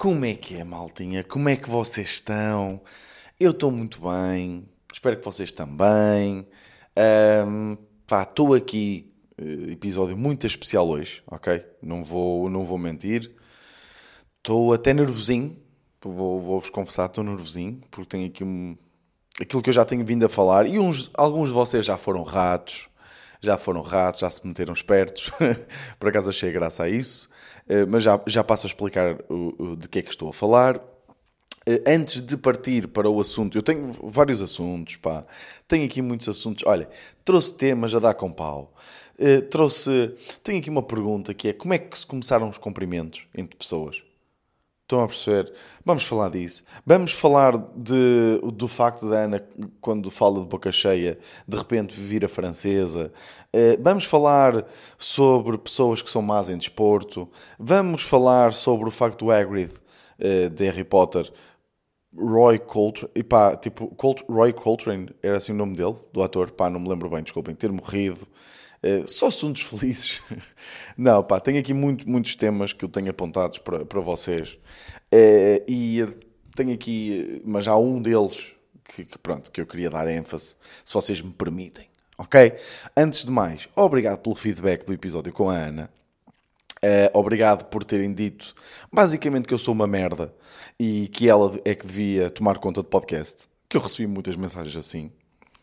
Como é que é, maltinha? Como é que vocês estão? Eu estou muito bem, espero que vocês também. Estou aqui, episódio muito especial hoje, ok? Não vou mentir. Estou até nervosinho, vou-vos confessar, estou nervosinho, porque tenho aqui aquilo que eu já tenho vindo a falar, e alguns de vocês já se meteram espertos, por acaso achei graça a isso. Mas já passo a explicar de que é que estou a falar. Antes de partir para o assunto, eu tenho vários assuntos, pá. Tenho aqui muitos assuntos. Olha, trouxe temas a dar com pau. Tenho aqui uma pergunta que é: como é que se começaram os cumprimentos entre pessoas? Estão a perceber? Vamos falar disso. Vamos falar do facto da Ana, quando fala de boca cheia, de repente vira francesa. Vamos falar sobre pessoas que são más em desporto. Vamos falar sobre o facto do Hagrid, de Harry Potter, Roy Coltrane, e pá, tipo, Roy Coltrane, era assim o nome dele, do ator, pá, não me lembro bem, desculpem, ter morrido. Só assuntos felizes. Não, pá, tenho aqui muitos temas que eu tenho apontados para vocês. E tenho aqui, mas há um deles pronto, que eu queria dar ênfase, se vocês me permitem. Ok? Antes de mais, obrigado pelo feedback do episódio com a Ana. Obrigado por terem dito basicamente que eu sou uma merda e que ela é que devia tomar conta do podcast. Que eu recebi muitas mensagens assim.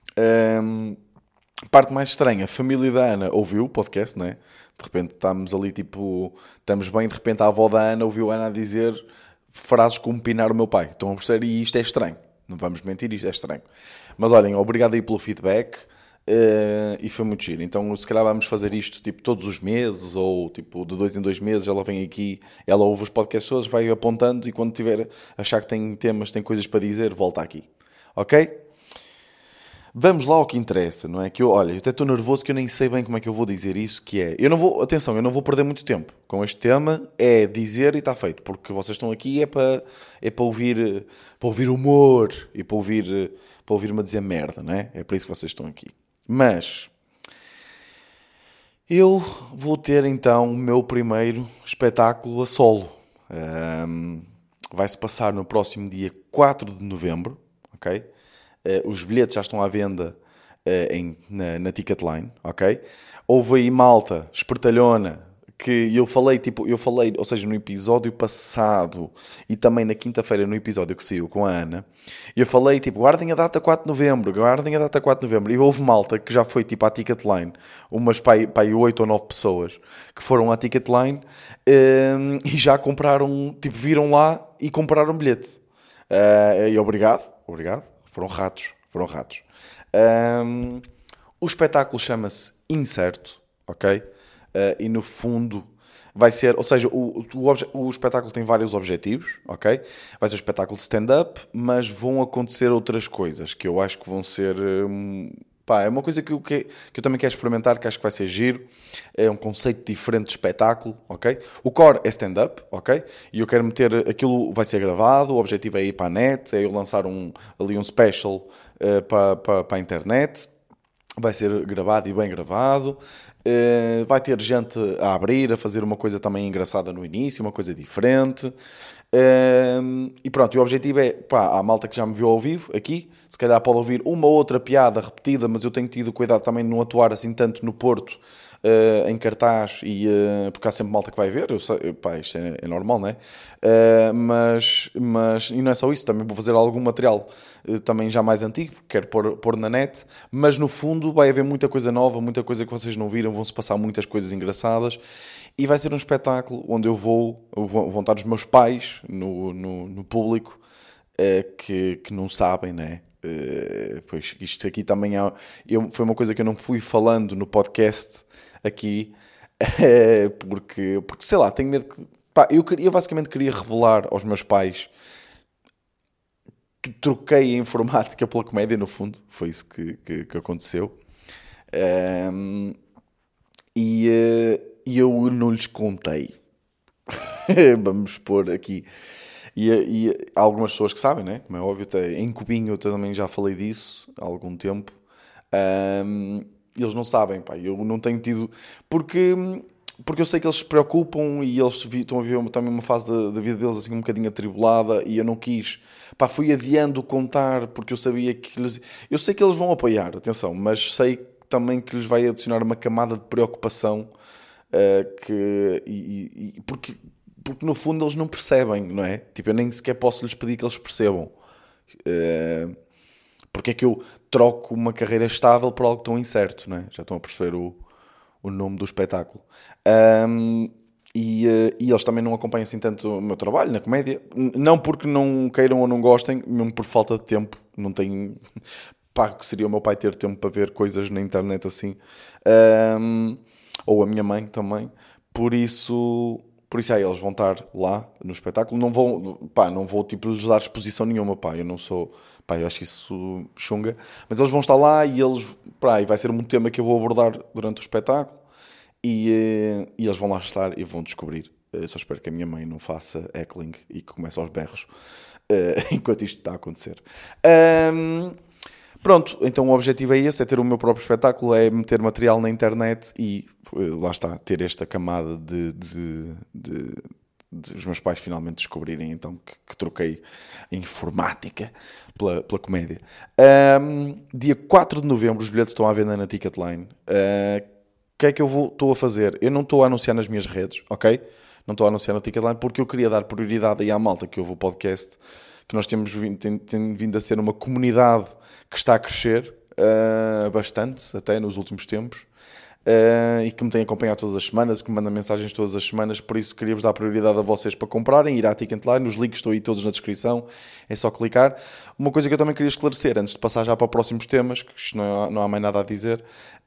Parte mais estranha, a família da Ana ouviu o podcast, não é? De repente estamos ali, tipo, estamos bem, de repente a avó da Ana ouviu a Ana a dizer frases como pinar o meu pai. Estão a perceber? E isto é estranho. Não vamos mentir, isto é estranho. Mas olhem, obrigado aí pelo feedback. E foi muito giro. Então, se calhar vamos fazer isto tipo todos os meses, ou tipo de 2 em 2 meses. Ela vem aqui, ela ouve os podcasts todos, vai apontando, e quando tiver achar que tem temas, tem coisas para dizer, volta aqui. Ok? Vamos lá ao que interessa, não é? Que eu até estou nervoso que eu nem sei bem como é que eu vou dizer isso, que é... eu não vou perder muito tempo com este tema, é dizer e está feito, porque vocês estão aqui para ouvir humor e para ouvir-me a dizer merda, não é? É para isso que vocês estão aqui. Mas eu vou ter então o meu primeiro espetáculo a solo. Vai-se passar no próximo dia 4 de novembro, ok? Os bilhetes já estão à venda na Ticketline, ok? Houve aí malta espertalhona que eu falei, ou seja, no episódio passado e também na quinta-feira no episódio que saiu com a Ana, eu falei, tipo, guardem a data 4 de novembro, guardem a data 4 de novembro. E houve malta que já foi, tipo, à Ticketline, umas pai 8 ou 9 pessoas que foram à Ticketline, e já compraram, tipo, viram lá e compraram bilhete. E obrigado. Foram ratos. O espetáculo chama-se Incerto, ok? E no fundo vai ser, ou seja, o espetáculo tem vários objetivos, ok? Vai ser um espetáculo de stand-up, mas vão acontecer outras coisas que eu acho que vão ser... é uma coisa que eu também quero experimentar, que acho que vai ser giro. É um conceito diferente de espetáculo, ok? O core é stand-up, ok? E eu quero meter... Aquilo vai ser gravado, o objetivo é ir para a net, é eu lançar ali um special para a internet. Vai ser gravado e bem gravado. Vai ter gente a abrir, a fazer uma coisa também engraçada no início, uma coisa diferente. E pronto, e o objetivo é, pá, há malta que já me viu ao vivo aqui, se calhar pode ouvir uma ou outra piada repetida, mas eu tenho tido cuidado também de não atuar assim tanto no Porto, em cartaz, porque há sempre malta que vai ver, eu sei, pá, isto é normal, não é? E não é só isso, também vou fazer algum material também já mais antigo, quero pôr na net, mas no fundo vai haver muita coisa nova, muita coisa que vocês não viram, vão-se passar muitas coisas engraçadas, e vai ser um espetáculo onde vão estar os meus pais no público, que não sabem, né? Pois isto aqui também foi uma coisa que eu não fui falando no podcast aqui, porque sei lá, tenho medo que... Pá, eu basicamente queria revelar aos meus pais que troquei a informática pela comédia, no fundo. Foi isso que aconteceu. E eu não lhes contei. Vamos pôr aqui. E há algumas pessoas que sabem, né? Como é óbvio, até em Cubinho eu também já falei disso há algum tempo. Eles não sabem, pá. Eu não tenho tido... Porque porque eu sei que eles se preocupam e eles estão a viver também uma fase da vida deles assim um bocadinho atribulada e eu não quis, pá, fui adiando contar porque eu sabia que eu sei que eles vão apoiar, atenção, mas sei também que lhes vai adicionar uma camada de preocupação porque no fundo eles não percebem, não é? Tipo, eu nem sequer posso lhes pedir que eles percebam. Porque é que eu troco uma carreira estável por algo tão incerto, não é? Já estão a perceber o nome do espetáculo. E eles também não acompanham assim tanto o meu trabalho na comédia. Não porque não queiram ou não gostem, mesmo por falta de tempo. Não tenho... Pá, que seria o meu pai ter tempo para ver coisas na internet assim. Ou a minha mãe também. Por isso aí eles vão estar lá no espetáculo. Não vou tipo lhes dar exposição nenhuma, pá. Eu não sou... Pá, eu acho isso chunga. Mas eles vão estar lá e e vai ser um tema que eu vou abordar durante o espetáculo. E eles vão lá estar e vão descobrir. Eu só espero que a minha mãe não faça heckling e que comece aos berros enquanto isto está a acontecer. Pronto, então o objetivo é esse, é ter o meu próprio espetáculo, é meter material na internet e lá está, ter esta camada de os meus pais finalmente descobrirem então que troquei a informática pela comédia. Dia 4 de novembro os bilhetes estão à venda na Ticketline. O que é que eu estou a fazer? Eu não estou a anunciar nas minhas redes, ok? Não estou a anunciar no Ticketline porque eu queria dar prioridade aí à malta que ouve o podcast, que nós temos vindo a ser uma comunidade que está a crescer bastante, até nos últimos tempos, e que me tem acompanhado todas as semanas, que me manda mensagens todas as semanas, por isso queria-vos dar prioridade a vocês para comprarem, ir à Ticketline, os links estão aí todos na descrição, é só clicar. Uma coisa que eu também queria esclarecer, antes de passar já para próximos temas, que isto não há mais nada a dizer,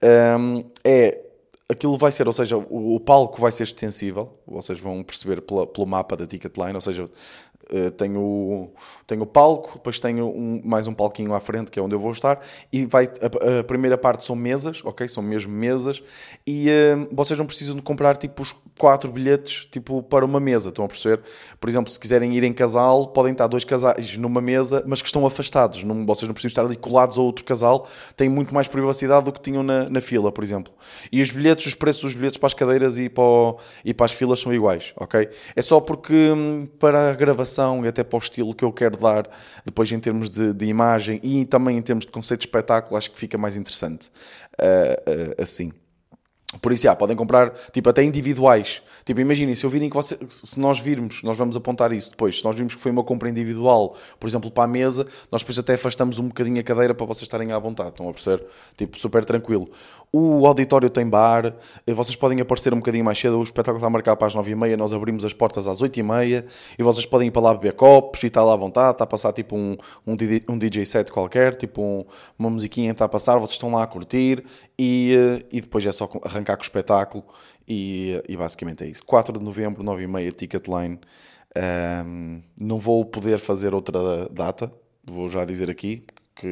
aquilo vai ser, ou seja, o palco vai ser extensível, vocês vão perceber pelo mapa da Ticketline, ou seja, tenho o palco, depois tenho mais um palquinho à frente, que é onde eu vou estar, e a primeira parte são mesas, ok? São mesmo mesas, e vocês não precisam de comprar tipo os 4 bilhetes tipo, para uma mesa, estão a perceber? Por exemplo, se quiserem ir em casal, podem estar 2 casais numa mesa, mas que estão afastados, vocês não precisam estar ali colados a outro casal, têm muito mais privacidade do que tinham na fila, por exemplo. E os preços dos bilhetes para as cadeiras e para as filas são iguais, ok? É só porque para a gravação e até para o estilo que eu quero dar depois em termos de imagem e também em termos de conceito de espetáculo, acho que fica mais interessante assim. Por isso, podem comprar, tipo, até individuais. Tipo, imaginem, se nós virmos, nós vamos apontar isso depois, se nós virmos que foi uma compra individual, por exemplo, para a mesa, nós depois até afastamos um bocadinho a cadeira para vocês estarem à vontade, estão a perceber? Tipo, super tranquilo. O auditório tem bar, vocês podem aparecer um bocadinho mais cedo, o espetáculo está marcado para as 9h30, nós abrimos as portas às 8h30, e vocês podem ir para lá beber copos, e está lá à vontade, está a passar tipo um DJ set qualquer, tipo uma musiquinha está a passar, vocês estão lá a curtir, e depois é só arrancar com o espetáculo e basicamente é isso. 4 de novembro, 9h30, Ticketline. Não vou poder fazer outra data, vou já dizer aqui,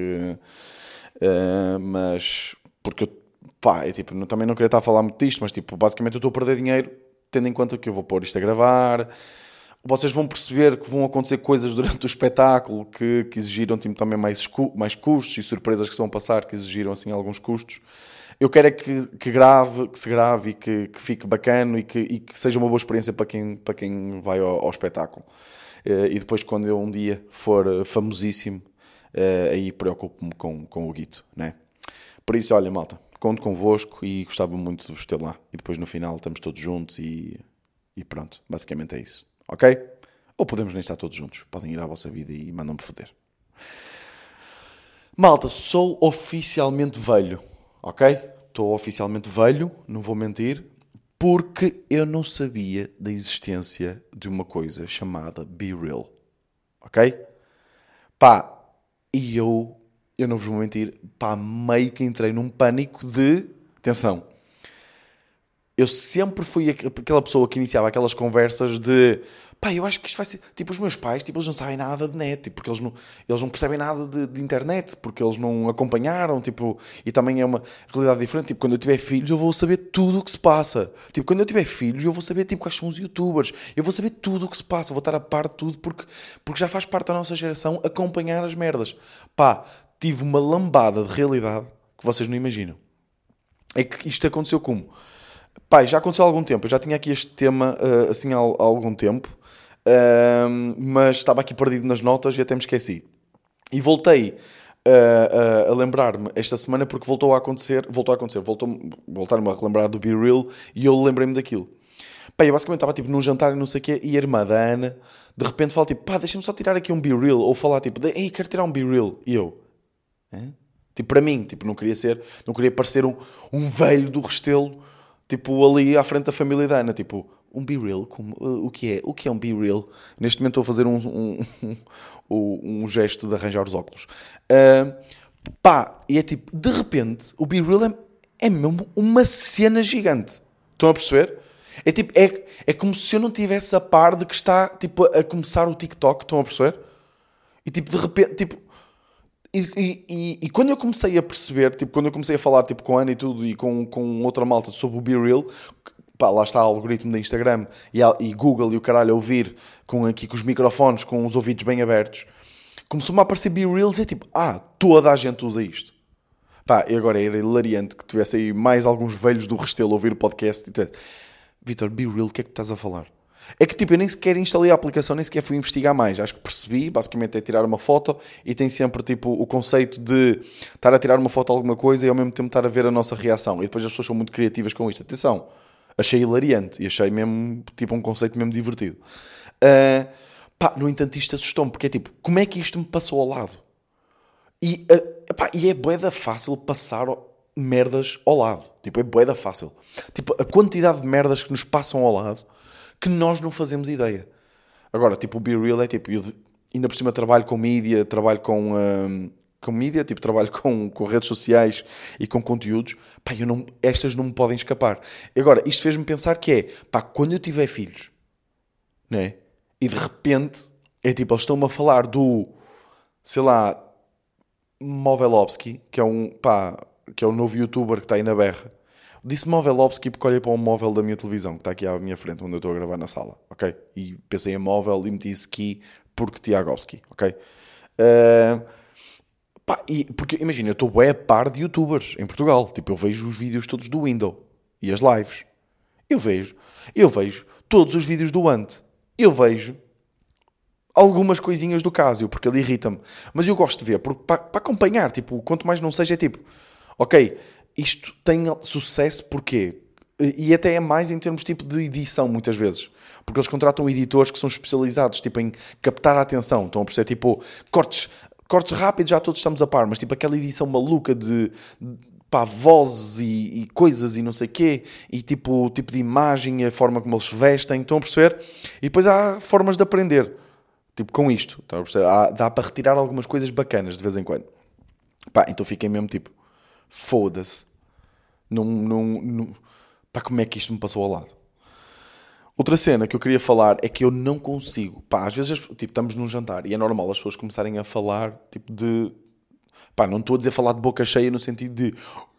mas porque eu também não queria estar a falar muito disto, mas tipo, basicamente eu estou a perder dinheiro, tendo em conta que eu vou pôr isto a gravar. Vocês vão perceber que vão acontecer coisas durante o espetáculo que exigiram tipo, também mais custos e surpresas que se vão passar que exigiram assim alguns custos. Eu quero é que se grave e que fique bacana e que seja uma boa experiência para quem vai ao espetáculo. E depois, quando eu um dia for famosíssimo, aí preocupo-me com o guito, né? Por isso, olha, malta, conto convosco e gostava muito de vos ter lá. E depois, no final, estamos todos juntos e pronto. Basicamente é isso. Ok? Ou podemos nem estar todos juntos. Podem ir à vossa vida e mandam-me foder. Malta, sou oficialmente velho. Ok? Estou oficialmente velho, não vou mentir, porque eu não sabia da existência de uma coisa chamada Be Real. Ok? Pá, e eu não vos vou mentir, pá, meio que entrei num pânico de... Atenção, eu sempre fui aquela pessoa que iniciava aquelas conversas de... Pá, eu acho que isto vai ser... Tipo, os meus pais, tipo, eles não sabem nada de net, tipo, porque eles não percebem nada de internet, porque eles não acompanharam, tipo... E também é uma realidade diferente. Tipo, quando eu tiver filhos, eu vou saber tudo o que se passa. Tipo, quando eu tiver filhos, eu vou saber, tipo, quais são os youtubers. Eu vou saber tudo o que se passa. Vou estar a par de tudo, porque já faz parte da nossa geração acompanhar as merdas. Pá, tive uma lambada de realidade que vocês não imaginam. É que isto aconteceu como? Pá, já aconteceu há algum tempo. Eu já tinha aqui este tema, assim, há algum tempo. Mas estava aqui perdido nas notas e até me esqueci. E voltei a lembrar-me esta semana porque voltaram-me a relembrar do Be Real e eu lembrei-me daquilo. Pá, eu basicamente estava tipo num jantar e não sei o quê, e a irmã da Ana de repente fala tipo, pá, deixa-me só tirar aqui um Be Real, ou falar tipo, ei, quero tirar um Be Real, e eu, hã? Tipo, para mim, tipo, não queria parecer um velho do Restelo, tipo, ali à frente da família da Ana, tipo, um Be Real, o que é? O que é um Be Real? Neste momento estou a fazer um gesto de arranjar os óculos. Pá, e é tipo, de repente, o Be Real é mesmo uma cena gigante. Estão a perceber? É tipo, é como se eu não tivesse a par de que está, tipo, a começar o TikTok. Estão a perceber? E tipo, de repente, tipo... E quando eu comecei a perceber, tipo, quando eu comecei a falar tipo, com a Ana e tudo, e com outra malta sobre o Be Real, pá, lá está o algoritmo da Instagram e Google e o caralho a ouvir aqui com os microfones, com os ouvidos bem abertos, começou-me a aparecer Be Reals e é tipo, toda a gente usa isto. Pá, e agora era hilariante que tivesse aí mais alguns velhos do Restelo a ouvir o podcast e dizer, Vitor, Be Real, o que é que estás a falar? É que tipo, eu nem sequer instalei a aplicação, nem sequer fui investigar mais. Acho que percebi, basicamente é tirar uma foto e tem sempre tipo o conceito de estar a tirar uma foto de alguma coisa e ao mesmo tempo estar a ver a nossa reação. E depois as pessoas são muito criativas com isto. Atenção, achei hilariante e achei mesmo tipo um conceito mesmo divertido. Pá, no entanto isto assustou-me, porque é tipo, como é que isto me passou ao lado? E é bué da fácil passar merdas ao lado. Tipo, é bué da fácil. Tipo, a quantidade de merdas que nos passam ao lado que nós não fazemos ideia. Agora, tipo, o Be Real é tipo... Eu ainda por cima trabalho com mídia, trabalho com mídia, tipo, trabalho com redes sociais e com conteúdos. Pá, estas não me podem escapar. Agora, isto fez-me pensar que é... Pá, quando eu tiver filhos, né? E de repente, é tipo, eles estão-me a falar do... Sei lá... Movelovski, que é que é um novo youtuber que está aí na berra. Disse Movelovski porque olhei para um móvel da minha televisão, que está aqui à minha frente, onde eu estou a gravar na sala, ok? E pensei em móvel e meti ski porque Tiagovski, ok? Porque imagina, eu estou bem a par de youtubers em Portugal. Tipo, eu vejo os vídeos todos do Windows e as lives. Eu vejo todos os vídeos do Ant. Eu vejo algumas coisinhas do Casio, porque ele irrita-me. Mas eu gosto de ver, porque para acompanhar, tipo, quanto mais não seja, é tipo, ok, isto tem sucesso porquê? E até é mais em termos tipo de edição, muitas vezes. Porque eles contratam editores que são especializados, tipo, em captar a atenção. Estão a perceber, tipo, cortes rápidos, já todos estamos a par, mas tipo, aquela edição maluca de pá, vozes e coisas e não sei o quê, e tipo de imagem e a forma como eles se vestem, estão a perceber? E depois há formas de aprender. Tipo, com isto, tá a perceber? Dá para retirar algumas coisas bacanas de vez em quando. Pá, então fiquei mesmo tipo, foda-se. Pá, como é que isto me passou ao lado? Outra cena que eu queria falar é que eu não consigo. Pá, às vezes, tipo, estamos num jantar e é normal as pessoas começarem a falar, tipo, de... Pá, não estou a dizer falar de boca cheia no sentido de...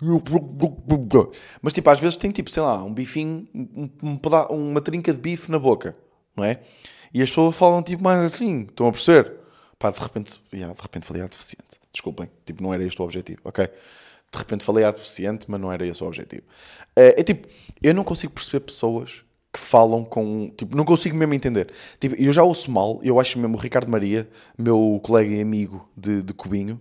Mas, tipo, às vezes tem, tipo, sei lá, um bifinho, uma trinca de bife na boca, não é? E as pessoas falam tipo mais assim, estão a perceber? Pá, de repente falei deficiente. Desculpem, tipo, não era este o objetivo, ok? De repente falei deficiente, mas não era esse o objetivo. É tipo, eu não consigo perceber pessoas que falam com... Tipo, não consigo mesmo entender. Tipo, eu já ouço mal, eu acho mesmo o Ricardo Maria, meu colega e amigo de Cubinho,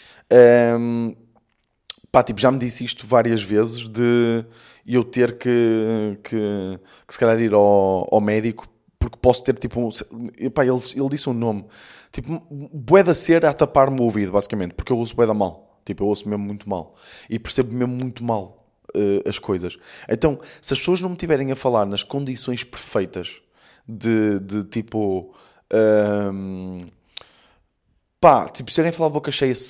pá, tipo, já me disse isto várias vezes de eu ter que se calhar ir ao médico porque posso ter tipo pá, ele disse um nome tipo bué da cera a tapar-me o ouvido basicamente, porque eu ouço bué da mal, tipo, eu ouço mesmo muito mal e percebo mesmo muito mal as coisas. Então, se as pessoas não me tiverem a falar nas condições perfeitas de tipo pá, tipo, se tiverem a falar de boca cheia,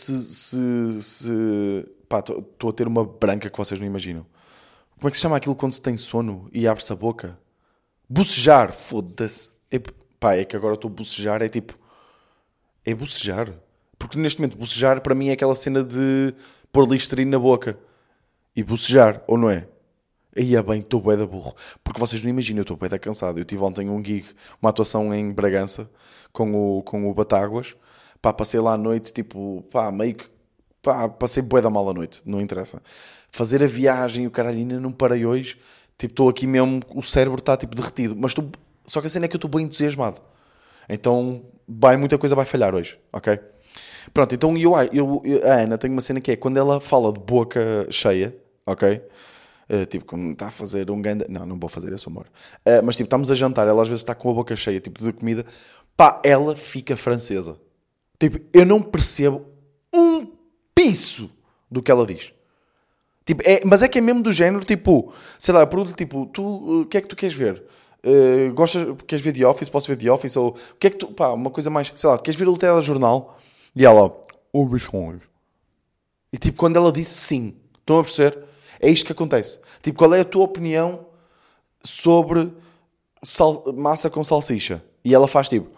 pá, estou a ter uma branca que vocês não imaginam. Como é que se chama aquilo quando se tem sono e abre-se a boca? Bocejar, foda-se. Pá, é que agora estou a bocejar, é tipo... É bocejar. Porque neste momento bocejar para mim é aquela cena de pôr Listerine na boca. E bocejar, ou não é? Aí é bem, estou bué da burro. Porque vocês não imaginam, eu estou bué da cansado. Eu tive ontem um gig, uma atuação em Bragança, com o Batáguas. Pá, passei lá à noite, tipo, pá, meio que... Pá, passei bué da mal à noite, não interessa. Fazer a viagem, o caralho, ainda não parei hoje... Tipo, estou aqui mesmo, o cérebro está tipo derretido. Mas só que a cena é que eu estou bem entusiasmado. Então, muita coisa vai falhar hoje, ok? Pronto, então a Ana tem uma cena que é quando ela fala de boca cheia, ok? Tipo, quando está a fazer um grande... Não vou fazer esse humor. Mas tipo, estamos a jantar, ela às vezes está com a boca cheia, tipo, de comida. Pá, ela fica francesa. Tipo, eu não percebo um piso do que ela diz. Tipo, mas é que é mesmo do género, tipo, sei lá, eu pergunto-lhe, tipo, tu, o que é que tu queres ver? Queres ver The Office? Posso ver The Office? Ou o que é que tu, pá, uma coisa mais, sei lá, queres ver o telejornal? E ela, bichões. E tipo, quando ela disse sim, estão a perceber? É isto que acontece. Tipo, qual é a tua opinião sobre massa com salsicha? E ela faz tipo,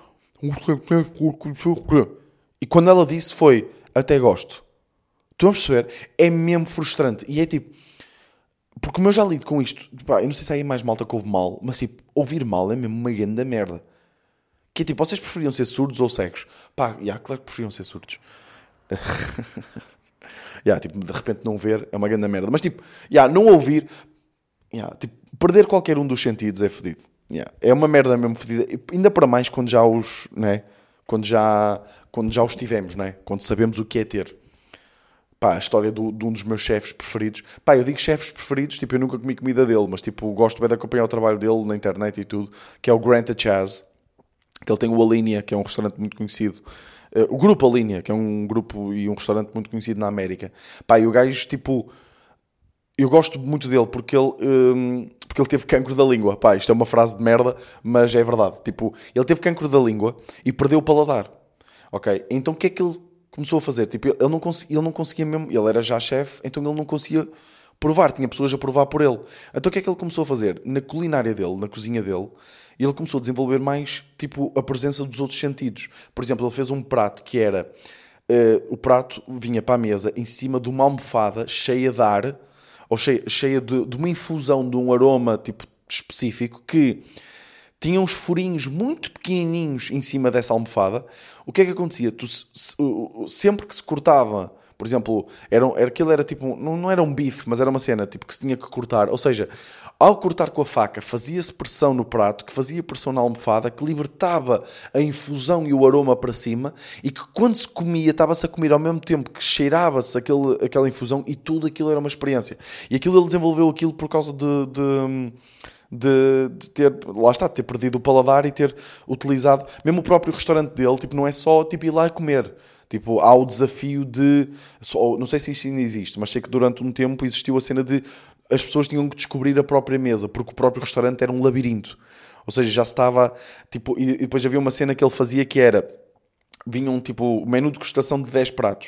e quando ela disse foi, até gosto. Estão a perceber? É mesmo frustrante. E é tipo, porque como eu já lido com isto, pá, eu não sei se há aí mais malta que ouve mal, mas tipo, ouvir mal é mesmo uma grande merda. Que é tipo, vocês preferiam ser surdos ou cegos? Pá, claro que preferiam ser surdos. Tipo, de repente não ver é uma grande merda. Mas tipo, não ouvir, tipo, perder qualquer um dos sentidos é fedido. É uma merda mesmo fedida. Ainda para mais quando já os, né? Quando já os tivemos, né? Quando sabemos o que é ter. Pá, a história de um dos meus chefes preferidos. Pá, eu digo chefes preferidos, tipo, eu nunca comi comida dele, mas tipo, gosto bem de acompanhar o trabalho dele na internet e tudo, que é o Grant Chaz, que ele tem o Alinea, que é um restaurante muito conhecido. O grupo Alinea, que é um grupo e um restaurante muito conhecido na América. Pá, e o gajo, tipo, eu gosto muito dele porque ele teve cancro da língua. Pá, isto é uma frase de merda, mas é verdade. Tipo, ele teve cancro da língua e perdeu o paladar. Ok? Então o que é que ele começou a fazer? Tipo, ele não conseguia mesmo. Ele era já chefe, então ele não conseguia provar. Tinha pessoas a provar por ele. Então o que é que ele começou a fazer? Na culinária dele, na cozinha dele, ele começou a desenvolver mais, tipo, a presença dos outros sentidos. Por exemplo, ele fez um prato que era... o prato vinha para a mesa em cima de uma almofada cheia de ar, ou cheia de uma infusão de um aroma, tipo, específico, que tinha uns furinhos muito pequenininhos em cima dessa almofada. O que é que acontecia? Sempre que se cortava, por exemplo, aquilo era tipo, não era um bife, mas era uma cena tipo que se tinha que cortar. Ou seja, ao cortar com a faca, fazia-se pressão no prato, que fazia pressão na almofada, que libertava a infusão e o aroma para cima, e que quando se comia, estava-se a comer ao mesmo tempo que cheirava-se aquela infusão, e tudo aquilo era uma experiência. E aquilo ele desenvolveu aquilo por causa de ter, lá está, de ter perdido o paladar e ter utilizado, mesmo o próprio restaurante dele, tipo, não é só tipo, ir lá comer. Tipo, há o desafio de, não sei se isto ainda existe, mas sei que durante um tempo existiu a cena de as pessoas tinham que descobrir a própria mesa, porque o próprio restaurante era um labirinto. Ou seja, já se estava, tipo, e depois havia uma cena que ele fazia que era, vinham, tipo, o menu de degustação de 10 pratos.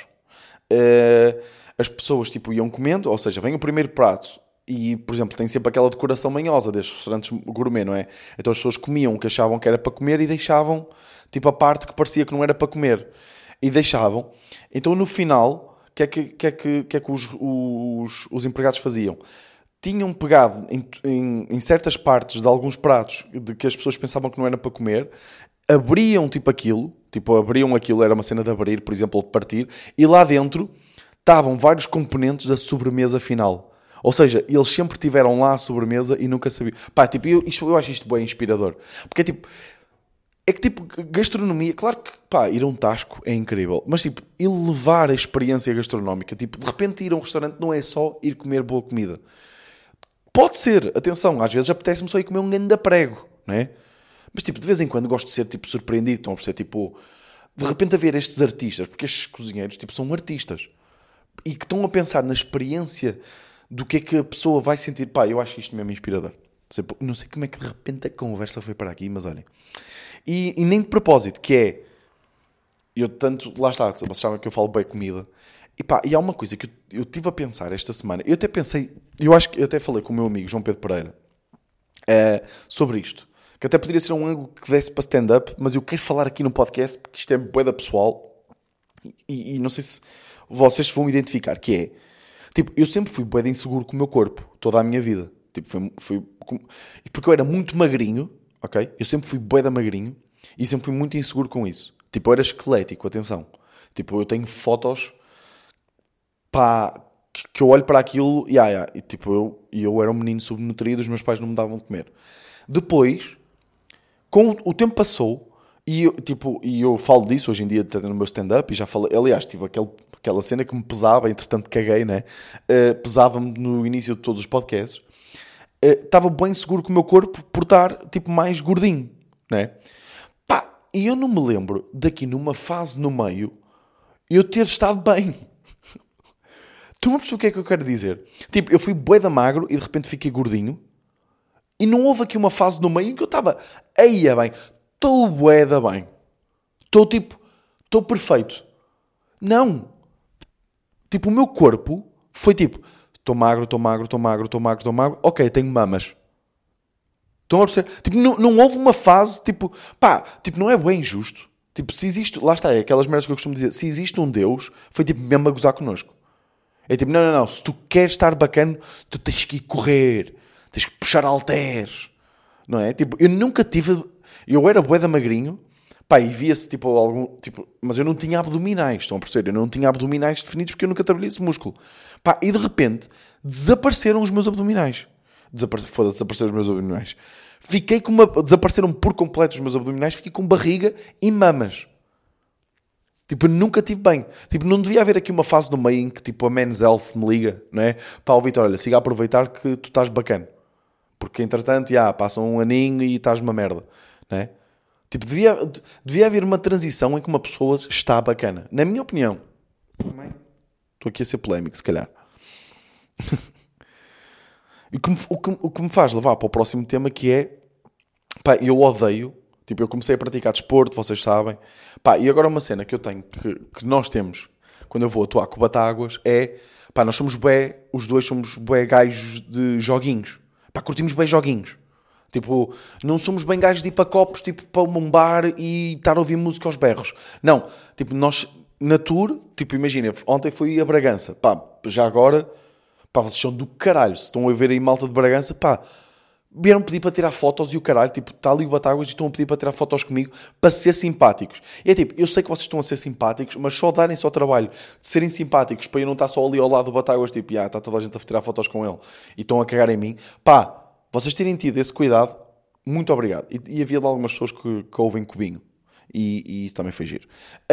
As pessoas, tipo, iam comendo, ou seja, vem o primeiro prato, e, por exemplo, tem sempre aquela decoração manhosa destes restaurantes gourmet, não é? Então as pessoas comiam o que achavam que era para comer e deixavam, tipo, a parte que parecia que não era para comer. E deixavam. Então, no final, o que é que os empregados faziam? Tinham pegado em certas partes de alguns pratos de que as pessoas pensavam que não era para comer, abriam, abriam aquilo, era uma cena de abrir, por exemplo, ou de partir, e lá dentro estavam vários componentes da sobremesa final. Ou seja, eles sempre tiveram lá a sobremesa e nunca sabiam. Pá, tipo, eu acho isto bem inspirador. Porque é que tipo, gastronomia, claro que, pá, ir a um tasco é incrível, mas tipo, elevar a experiência gastronómica, tipo, de repente ir a um restaurante não é só ir comer boa comida. Pode ser, atenção, às vezes apetece-me só ir comer um grande prego, não é? Mas tipo, de vez em quando gosto de ser tipo surpreendido, estão a perceber, tipo, de repente a ver estes artistas, porque estes cozinheiros, tipo, são artistas e que estão a pensar na experiência do que é que a pessoa vai sentir. Pá, eu acho isto mesmo inspirador. Não sei como é que de repente a conversa foi para aqui, mas olhem. E nem de propósito, que é... lá está, vocês sabem que eu falo bem comida. E pá, e há uma coisa que eu estive a pensar esta semana. Eu até pensei... Eu acho que eu até falei com o meu amigo João Pedro Pereira sobre isto. Que até poderia ser um ângulo que desse para stand-up, mas eu quero falar aqui no podcast porque isto é bué da pessoal. E não sei se vocês vão identificar, que é... Tipo, eu sempre fui bué de inseguro com o meu corpo, toda a minha vida. Tipo, porque eu era muito magrinho, ok? Eu sempre fui bué da magrinho e sempre fui muito inseguro com isso. Tipo, eu era esquelético, atenção. Tipo, eu tenho fotos, pá, que eu olho para aquilo e tipo, eu era um menino subnutrido, os meus pais não me davam de comer. Depois, com o tempo passou, e eu falo disso hoje em dia até no meu stand-up, e já falei, aliás, tive aquela cena que me pesava, entretanto caguei, né? Pesava-me no início de todos os podcasts. Estava bem seguro com o meu corpo por estar, tipo, mais gordinho, né? Pá, e eu não me lembro daqui numa fase no meio eu ter estado bem. Estão a perceber o que é que eu quero dizer? Tipo, eu fui bué da magro e de repente fiquei gordinho. E não houve aqui uma fase no meio em que eu estava, aí é bem, estou bué da bem. Estou perfeito. Não. Tipo, o meu corpo foi tipo, estou magro, estou magro, estou magro, estou magro, estou magro. Ok, tenho mamas. Estão a perceber? Tipo, não houve uma fase, tipo, pá, tipo, não é bem injusto. Tipo, se existe, lá está, é aquelas merdas que eu costumo dizer, se existe um Deus, foi tipo mesmo a gozar connosco. É tipo, não, se tu queres estar bacana, tu tens que ir correr, tens que puxar halteres, não é? Tipo, eu nunca tive, eu era bué da magrinho, pá, e via-se tipo algum, tipo, mas eu não tinha abdominais, estão a perceber? Eu não tinha abdominais definidos porque eu nunca trabalhei esse músculo. Pá, e de repente, desapareceram os meus abdominais. Desapareceram os meus abdominais. Desapareceram por completo os meus abdominais, fiquei com barriga e mamas. Tipo, eu nunca tive bem. Tipo, não devia haver aqui uma fase no meio em que, tipo, a Men's Health me liga, não é? Pá, Vitor, olha, siga a aproveitar que tu estás bacana. Porque, entretanto, passa um aninho e estás uma merda, não é? Tipo, devia haver uma transição em que uma pessoa está bacana. Na minha opinião. Estou aqui a ser polémico, se calhar. E o que me faz levar para o próximo tema, que é... Pá, eu odeio... Tipo, eu comecei a praticar desporto, vocês sabem. Pá, e agora uma cena que eu tenho, que nós temos, quando eu vou atuar com o Batáguas, é... Pá, nós somos bué, os dois somos bué gajos de joguinhos. Pá, curtimos bem joguinhos. Tipo, não somos bem gajos de ir para copos, tipo, para um bar e estar a ouvir música aos berros. Não. Tipo, nós, na tour, tipo, imagina, ontem fui a Bragança. Pá, já agora, pá, vocês são do caralho. Se estão a ver aí malta de Bragança, pá... Vieram pedir para tirar fotos e o caralho, tipo, está ali o Batáguas e estão a pedir para tirar fotos comigo para ser simpáticos. E é tipo, eu sei que vocês estão a ser simpáticos, mas só darem-se ao trabalho de serem simpáticos para eu não estar só ali ao lado do Batáguas, tipo, está toda a gente a tirar fotos com ele e estão a cagar em mim. Pá, vocês terem tido esse cuidado, muito obrigado. E havia de algumas pessoas que ouvem cubinho e isso também foi giro.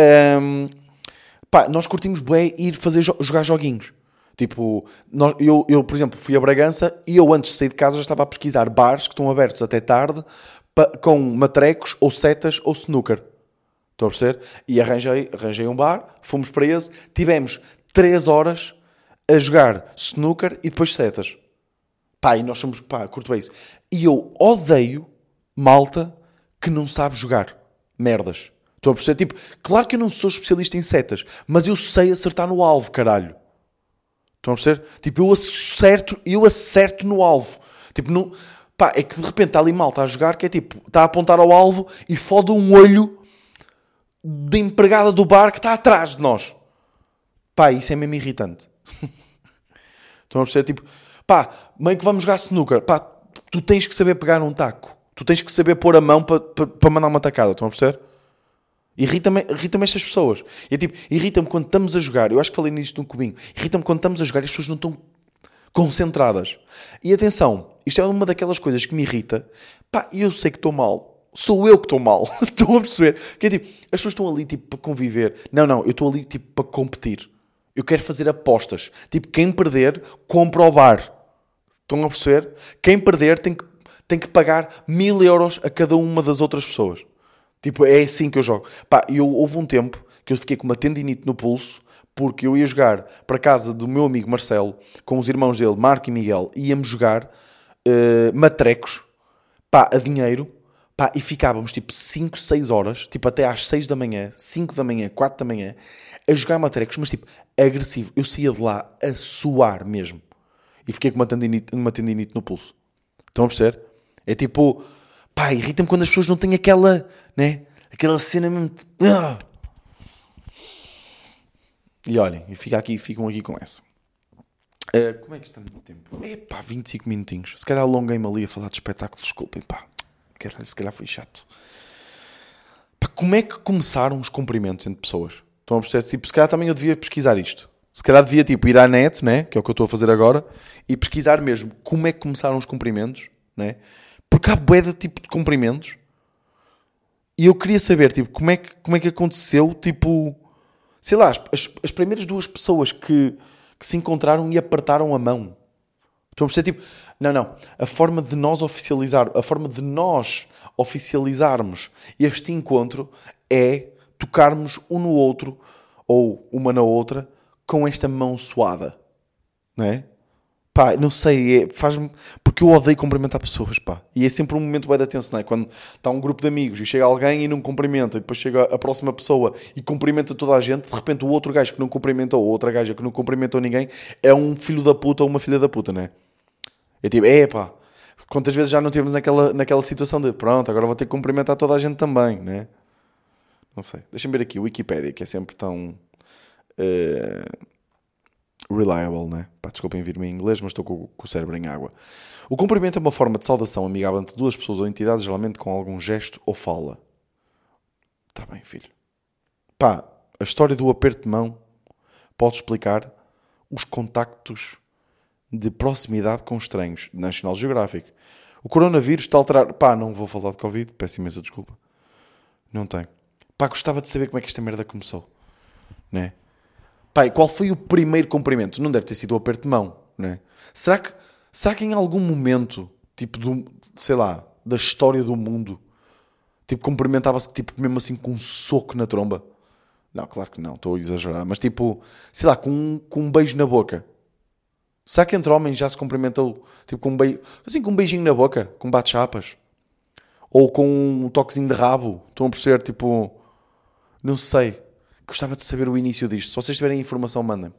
Pá, nós curtimos bem ir jogar joguinhos. Tipo, eu, por exemplo, fui a Bragança e eu antes de sair de casa já estava a pesquisar bares que estão abertos até tarde com matrecos, ou setas, ou snooker. Estão a perceber? E arranjei um bar, fomos para esse, tivemos 3 horas a jogar snooker e depois setas. Pá, e nós somos, pá, curto bem isso. E eu odeio malta que não sabe jogar merdas. Estão a perceber? Tipo, claro que eu não sou especialista em setas, mas eu sei acertar no alvo, caralho. Estão a perceber? Tipo, eu acerto no alvo. Tipo, não... Pá, é que de repente está ali mal, está a jogar, que é tipo, está a apontar ao alvo e fode um olho da empregada do bar que está atrás de nós. Pá, isso é mesmo irritante. Estão a perceber? Tipo, pá, meio que vamos jogar snooker. Pá, tu tens que saber pegar um taco. Tu tens que saber pôr a mão para mandar uma tacada. Estão a perceber? Irrita-me estas pessoas. É tipo, irrita-me quando estamos a jogar. Eu acho que falei nisto num cubinho. Irrita-me quando estamos a jogar e as pessoas não estão concentradas. E atenção, isto é uma daquelas coisas que me irrita. Pá, eu sei que estou mal. Sou eu que estou mal. Estão a perceber? Que é tipo, as pessoas estão ali tipo para conviver. Não, eu estou ali tipo para competir. Eu quero fazer apostas. Tipo, quem perder, compra ao bar. Estão a perceber? Quem perder tem que pagar 1000 euros a cada uma das outras pessoas. Tipo, é assim que eu jogo. Pá, houve um tempo que eu fiquei com uma tendinite no pulso porque eu ia jogar para a casa do meu amigo Marcelo com os irmãos dele, Marco e Miguel, e íamos jogar matrecos, pá, a dinheiro, pá, e ficávamos tipo 5, 6 horas, tipo até às 6 da manhã, 5 da manhã, 4 da manhã, a jogar matrecos, mas tipo, agressivo. Eu saía de lá a suar mesmo. E fiquei com uma tendinite no pulso. Estão a perceber? É tipo... Pá, irrita-me quando as pessoas não têm aquela, né? Aquela cena mesmo... E olhem, ficam aqui com essa. Como é que estamos no tempo? Pá, 25 minutinhos. Se calhar alonguei-me ali a falar de espetáculo, desculpem, pá. Caralho, se calhar foi chato. Pá, como é que começaram os cumprimentos entre pessoas? Estão a perceber? Tipo, se calhar também eu devia pesquisar isto. Se calhar devia, tipo, ir à net, né? Que é o que eu estou a fazer agora, e pesquisar mesmo como é que começaram os cumprimentos, né? Porque há bué de tipo de cumprimentos. E eu queria saber, tipo, como é que aconteceu, tipo... Sei lá, as primeiras duas pessoas que se encontraram e apertaram a mão. Estão a perceber, tipo... Não. A forma de nós oficializarmos este encontro é tocarmos um no outro, ou uma na outra, com esta mão suada. Não é? Pá, não sei, faz-me... Porque eu odeio cumprimentar pessoas, pá. E é sempre um momento bem de atenção, não é? Quando está um grupo de amigos e chega alguém e não cumprimenta, e depois chega a próxima pessoa e cumprimenta toda a gente, de repente o outro gajo que não cumprimentou, ou outra gaja que não cumprimentou ninguém, é um filho da puta ou uma filha da puta, não é? É tipo, pá, quantas vezes já não temos naquela situação de, pronto, agora vou ter que cumprimentar toda a gente também, não é? Não sei. Deixa-me ver aqui, o Wikipedia, que é sempre tão... reliable, né? Pá, desculpem vir-me em inglês, mas estou com o cérebro em água. O cumprimento é uma forma de saudação amigável entre duas pessoas ou entidades, geralmente com algum gesto ou fala. Está bem, filho. Pá, a história do aperto de mão pode explicar os contactos de proximidade com estranhos. National Geographic. O coronavírus está a alterar... Pá, não vou falar de Covid, peço imensa desculpa. Não tenho. Pá, gostava de saber como é que esta merda começou. Né? Pai, qual foi o primeiro cumprimento? Não deve ter sido o aperto de mão, né? Será que em algum momento, tipo, sei lá, da história do mundo, tipo, cumprimentava-se, tipo, mesmo assim com um soco na tromba? Não, claro que não, estou a exagerar. Mas, tipo, sei lá, com um beijo na boca. Será que entre homens já se cumprimentou, tipo, com um beijinho na boca, com bate-chapas? Ou com um toquezinho de rabo? Estão a perceber, tipo... Não sei. Gostava de saber o início disto. Se vocês tiverem informação, mandem.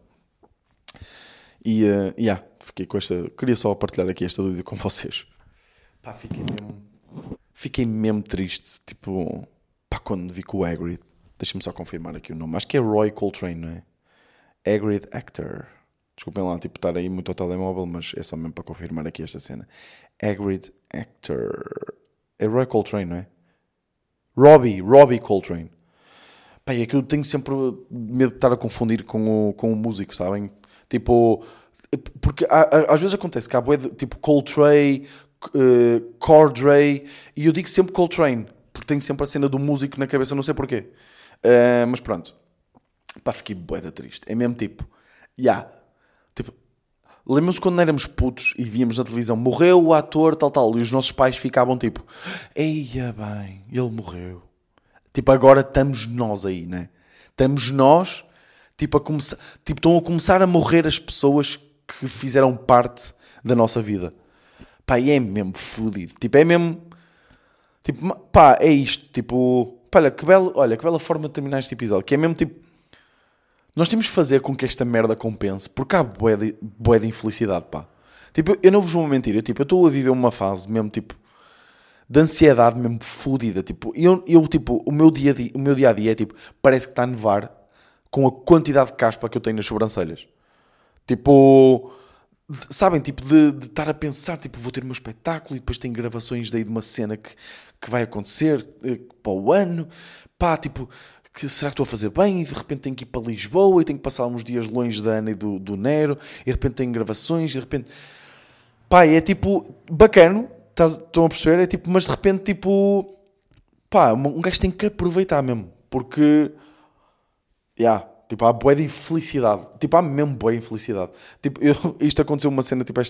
E, fiquei com esta... Queria só partilhar aqui esta dúvida com vocês. Pá, fiquei mesmo triste. Tipo, pá, quando vi com o Hagrid. Deixa-me só confirmar aqui o nome. Acho que é Roy Coltrane, não é? Hagrid Actor. Desculpem lá, tipo, estar aí muito ao telemóvel, mas é só mesmo para confirmar aqui esta cena. Hagrid Actor. É Roy Coltrane, não é? Robbie Coltrane. Pá, é que eu tenho sempre medo de estar a confundir com o músico, sabem? Tipo, porque às vezes acontece que há bué de, tipo Coltrane, Cordray, e eu digo sempre Coltrane, porque tenho sempre a cena do músico na cabeça, não sei porquê. Mas pronto. Pá, fiquei bué da triste. É mesmo tipo, tipo, lembram-se quando éramos putos e víamos na televisão, morreu o ator, tal, e os nossos pais ficavam tipo, eia bem, ele morreu. Tipo, agora estamos nós aí, né? Estamos nós, tipo, estão a começar a morrer as pessoas que fizeram parte da nossa vida. Pá, e é mesmo fodido. Tipo, é mesmo... Tipo, pá, é isto. Tipo, pá, olha, que bela forma de terminar este episódio. Que é mesmo, tipo... Nós temos de fazer com que esta merda compense. Porque há bué de infelicidade, pá. Tipo, eu não vos vou mentir. Eu estou a viver uma fase mesmo, tipo... de ansiedade mesmo fodida, tipo, eu tipo, o meu dia a dia é tipo, parece que está a nevar com a quantidade de caspa que eu tenho nas sobrancelhas. Tipo, sabem, tipo, de estar a pensar, tipo, vou ter o meu espetáculo e depois tenho gravações daí de uma cena que vai acontecer para o ano, pá, tipo, será que estou a fazer bem? E de repente tenho que ir para Lisboa e tenho que passar uns dias longe da Ana e do Nero, e de repente tenho gravações, e de repente, pá, é tipo, bacano. Estão a perceber? É tipo, mas de repente, tipo... Pá, um gajo tem que aproveitar mesmo. Porque... tipo, há bué de infelicidade. Tipo, há mesmo bué de infelicidade. Tipo, isto aconteceu uma cena, tipo,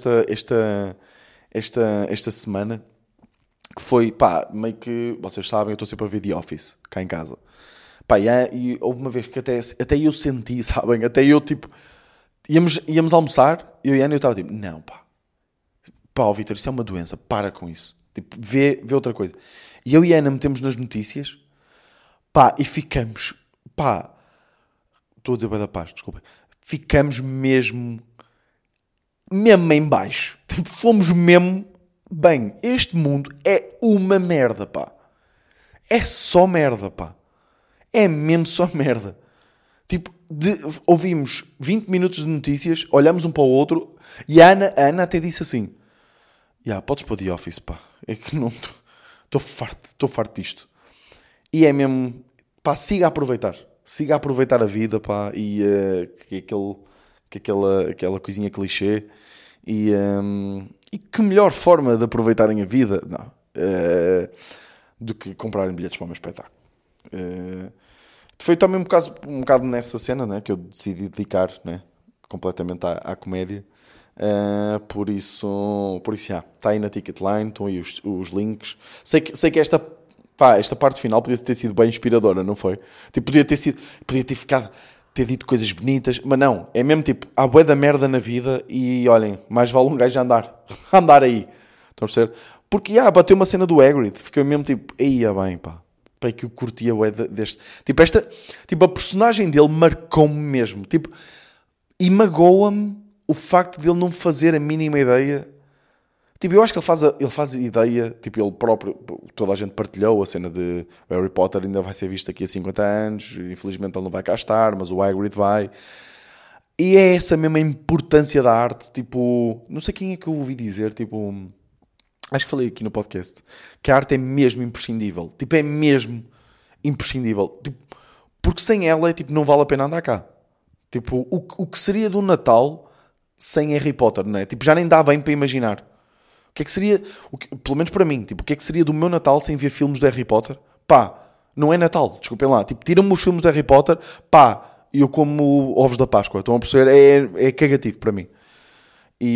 esta semana. Que foi, pá, meio que... Vocês sabem, eu estou sempre a ver The Office. Cá em casa. Pá, e houve uma vez que até eu senti, sabem? Até eu, tipo... Íamos almoçar. E eu estava tipo... Não, pá. Pá, Vitor, isso é uma doença, para com isso. Tipo, vê outra coisa. E eu e a Ana metemos nas notícias, pá, e ficamos, pá, estou a dizer bem da paz, desculpa. Ficamos mesmo em baixo. Tipo, fomos mesmo, bem, este mundo é uma merda, pá. É só merda, pá. É mesmo só merda. Tipo, ouvimos 20 minutos de notícias, olhamos um para o outro, e a Ana até disse assim... podes pôr The Office, pá. É que não... Estou farto disto. E é mesmo... Pá, siga a aproveitar. Siga a aproveitar a vida, pá. E aquele... que aquela coisinha clichê. E que melhor forma de aproveitarem a vida do que comprarem bilhetes para o meu espetáculo. Foi também um bocado nessa cena, né, que eu decidi dedicar, né, completamente à comédia. Por isso já, está aí na Ticketline, estão aí os links. Sei que esta parte final podia ter sido bem inspiradora, não foi? Tipo, podia ter dito coisas bonitas, mas não, é mesmo tipo, há bué da merda na vida e olhem, mais vale um gajo andar aí. Estão a perceber? Porque bateu uma cena do Hagrid, fiquei mesmo tipo, ia bem, pá, que eu curtia bué deste. Tipo, a personagem dele marcou-me mesmo, tipo, e magoa-me o facto de ele não fazer a mínima ideia. Tipo, eu acho que ele faz ideia, tipo, ele próprio, toda a gente partilhou a cena de Harry Potter ainda vai ser visto daqui a 50 anos, infelizmente ele não vai cá estar, mas o Hagrid vai. E é essa mesma importância da arte, tipo, não sei quem é que eu ouvi dizer, tipo, acho que falei aqui no podcast, que a arte é mesmo imprescindível, tipo, é mesmo imprescindível, tipo, porque sem ela, tipo, não vale a pena andar cá. Tipo, o que seria do Natal sem Harry Potter, não é? Tipo, já nem dá bem para imaginar. O que é que seria, pelo menos para mim, tipo, o que é que seria do meu Natal sem ver filmes de Harry Potter? Pá, não é Natal, desculpem lá. Tipo, tiram-me os filmes de Harry Potter, pá, e eu como ovos da Páscoa. Estão a perceber? É cagativo para mim. E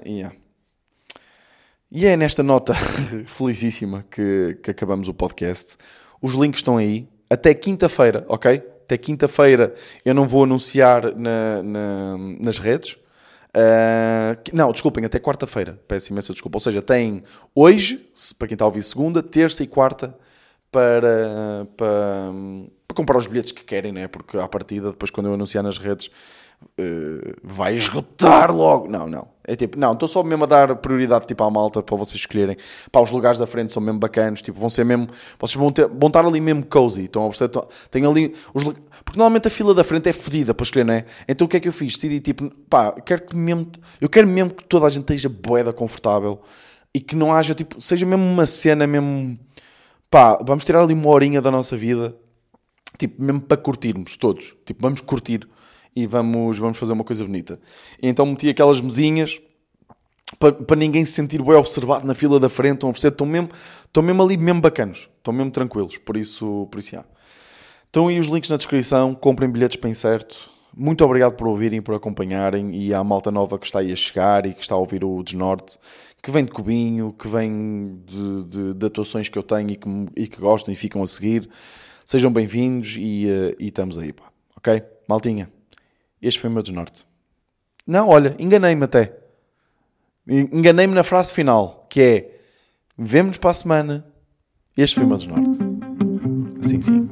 é nesta nota felicíssima que acabamos o podcast. Os links estão aí. Até quinta-feira, ok? Até quinta-feira eu não vou anunciar nas redes. Não, desculpem, até quarta-feira. Peço imensa desculpa. Ou seja, tem hoje, para quem está a ouvir, segunda, terça e quarta para comprar os bilhetes que querem, né? Porque à partida, depois quando eu anunciar nas redes, vai esgotar logo. Não. É tipo, não, estou só mesmo a dar prioridade tipo à malta para vocês escolherem. Pá, os lugares da frente são mesmo bacanos, tipo, vão ser mesmo, vocês vão estar ali mesmo cozy. Estão a perceber? Tem ali porque normalmente a fila da frente é fodida para escolher, não é? Então o que é que eu fiz? Decidi tipo, pá, eu quero mesmo que toda a gente esteja bué confortável e que não haja tipo, seja mesmo uma cena mesmo, pá, vamos tirar ali uma horinha da nossa vida, tipo, mesmo para curtirmos todos, tipo, vamos curtir e vamos fazer uma coisa bonita. E então meti aquelas mesinhas para ninguém se sentir bem observado na fila da frente. Estão mesmo ali mesmo bacanos, estão mesmo tranquilos, por isso já. Estão aí os links na descrição, comprem bilhetes para Incerto. Muito obrigado por ouvirem, por acompanharem, e à malta nova que está aí a chegar e que está a ouvir o Desnorte, que vem de Cubinho, que vem de atuações que eu tenho e que gostam e ficam a seguir. Sejam bem-vindos e estamos aí, pá. Ok? Maltinha, este foi o meu Desnorte. Não, olha, enganei-me até. Enganei-me na frase final, que é: vemo-nos para a semana. Este foi o meu Desnorte. Assim sim.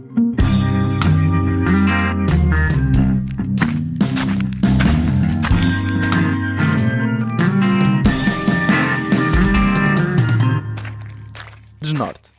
Desnorte.